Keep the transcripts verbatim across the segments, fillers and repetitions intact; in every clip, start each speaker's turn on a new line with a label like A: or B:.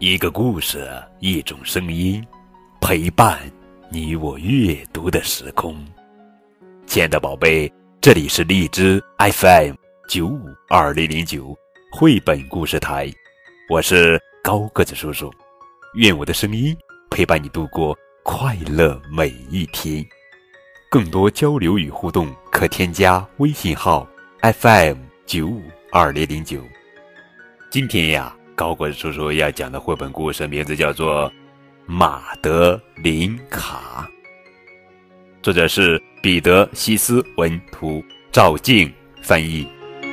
A: 一个故事，一种声音，陪伴你我阅读的时空。亲爱的宝贝，这里是荔枝 F M 九五二零零九绘本故事台，我是高个子叔叔，愿我的声音陪伴你度过快乐每一天。更多交流与互动，可添加微信号 F M 九五二零零九。今天呀，高个子叔叔要讲的绘本故事名字叫做《马德琳卡》，作者是彼得·希斯文图，赵静翻译。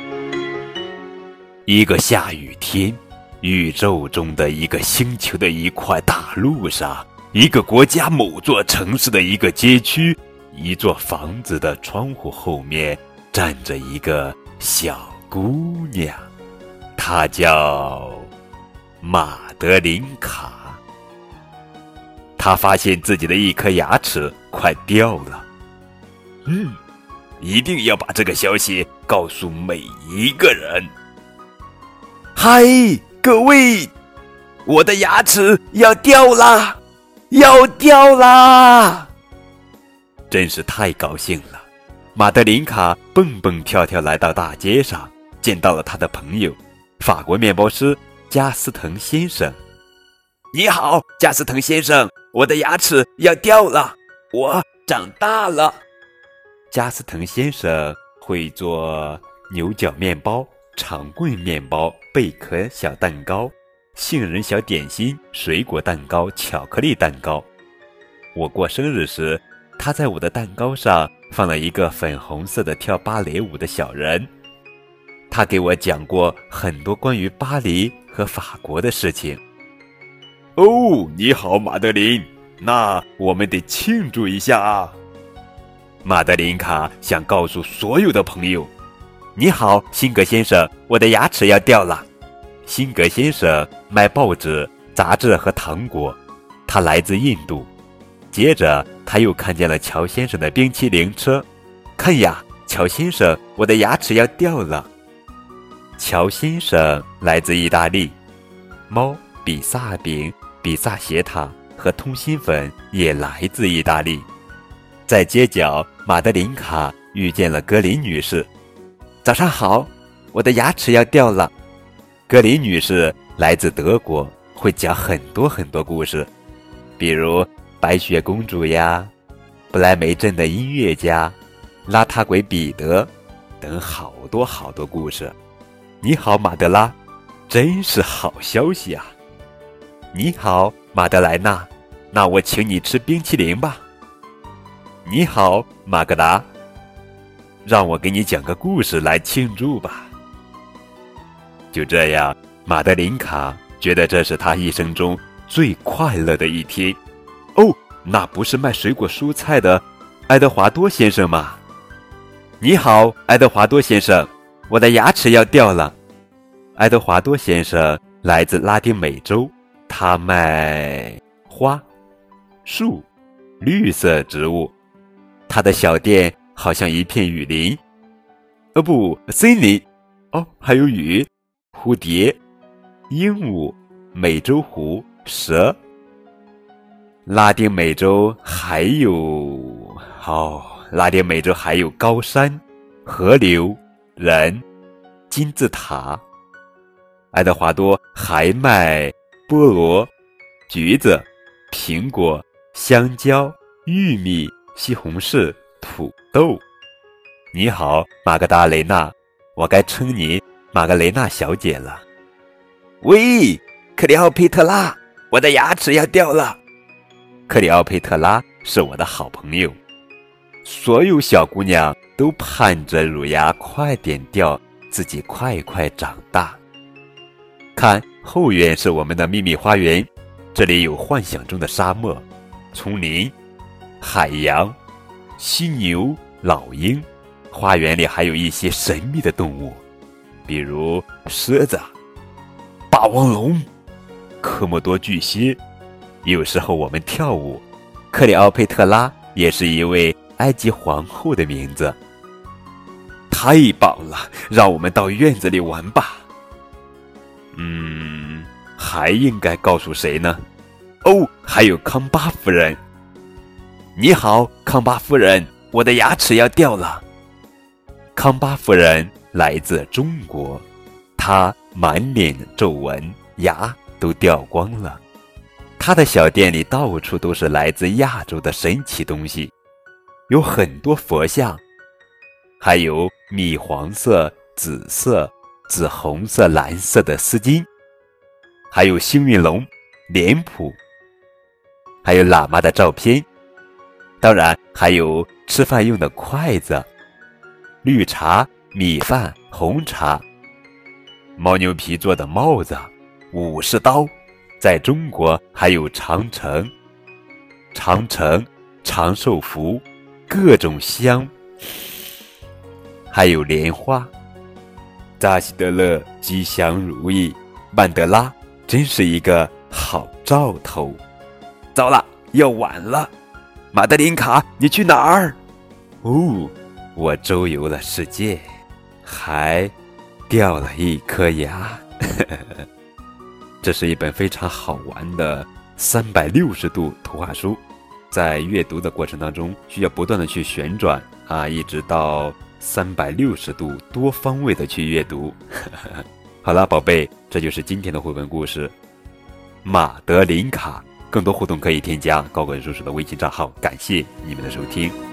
A: 一个下雨天，宇宙中的一个星球的一块大陆上，一个国家某座城市的一个街区，一座房子的窗户后面站着一个小姑娘，她叫马德琳卡。她发现自己的一颗牙齿快掉了，嗯，一定要把这个消息告诉每一个人。嗨，各位，我的牙齿要掉啦，要掉啦！真是太高兴了。马德琳卡蹦蹦跳跳来到大街上，见到了他的朋友法国面包师加斯滕先生。你好，加斯滕先生，我的牙齿要掉了，我长大了。加斯滕先生会做牛角面包、长棍面包、贝壳小蛋糕、杏仁小点心、水果蛋糕、巧克力蛋糕。我过生日时，他在我的蛋糕上放了一个粉红色的跳芭蕾舞的小人。他给我讲过很多关于巴黎和法国的事情。哦，你好，马德琳，那我们得庆祝一下啊！马德琳卡想告诉所有的朋友，你好，辛格先生，我的牙齿要掉了。辛格先生卖报纸、杂志和糖果，他来自印度。接着他又看见了乔先生的冰淇淋车，看呀，乔先生，我的牙齿要掉了。乔先生来自意大利，猫、比萨饼、比萨斜塔和通心粉也来自意大利。在街角，马德琳卡遇见了格林女士。早上好，我的牙齿要掉了。格林女士来自德国，会讲很多很多故事，比如白雪公主呀，不来梅镇的音乐家，邋遢鬼彼得等好多好多故事。你好，马德拉，真是好消息啊！你好，马德莱娜，那我请你吃冰淇淋吧。你好，马格达，让我给你讲个故事来庆祝吧。就这样，马德琳卡觉得这是她一生中最快乐的一天。哦，那不是卖水果蔬菜的爱德华多先生吗？你好，爱德华多先生，我的牙齿要掉了。爱德华多先生来自拉丁美洲，他卖花、树、绿色植物。他的小店好像一片雨林，哦不，森林。哦，还有雨、蝴蝶、鹦鹉、美洲狐、蛇。拉丁美洲还有哦，拉丁美洲还有高山、河流、人、金字塔。爱德华多还卖菠萝、橘子、苹果、香蕉、玉米、西红柿、土豆。你好，玛格达雷娜，我该称你玛格雷娜小姐了。喂，克里奥佩特拉，我的牙齿要掉了。克里奥佩特拉是我的好朋友，所有小姑娘都盼着乳牙快点掉，自己快快长大。看，后院是我们的秘密花园，这里有幻想中的沙漠、丛林、海洋、犀牛、老鹰，花园里还有一些神秘的动物，比如狮子、霸王龙、科莫多巨蜥。有时候我们跳舞，克里奥佩特拉也是一位埃及皇后的名字。太棒了，让我们到院子里玩吧。嗯， 还应该告诉谁呢？哦，还有康巴夫人。你好，康巴夫人，我的牙齿要掉了。康巴夫人来自中国，她满脸皱纹，牙都掉光了。她的小店里到处都是来自亚洲的神奇东西，有很多佛像，还有米黄色、紫色、紫红色、蓝色的丝巾，还有幸运龙、脸谱，还有喇嘛的照片，当然还有吃饭用的筷子、绿茶、米饭、红茶，牦牛皮做的帽子、武士刀，在中国还有长城、长城、长寿符，各种香，还有莲花。扎西德勒吉祥如意，曼德拉真是一个好兆头。糟了，要晚了，马德琳卡，你去哪儿？哦，我周游了世界，还掉了一颗牙。这是一本非常好玩的三百六十度图画书，在阅读的过程当中需要不断的去旋转啊，一直到三百六十度多方位的去阅读。好了，宝贝，这就是今天的绘本故事马德琳卡。更多互动可以添加高管叔叔的微信账号，感谢你们的收听。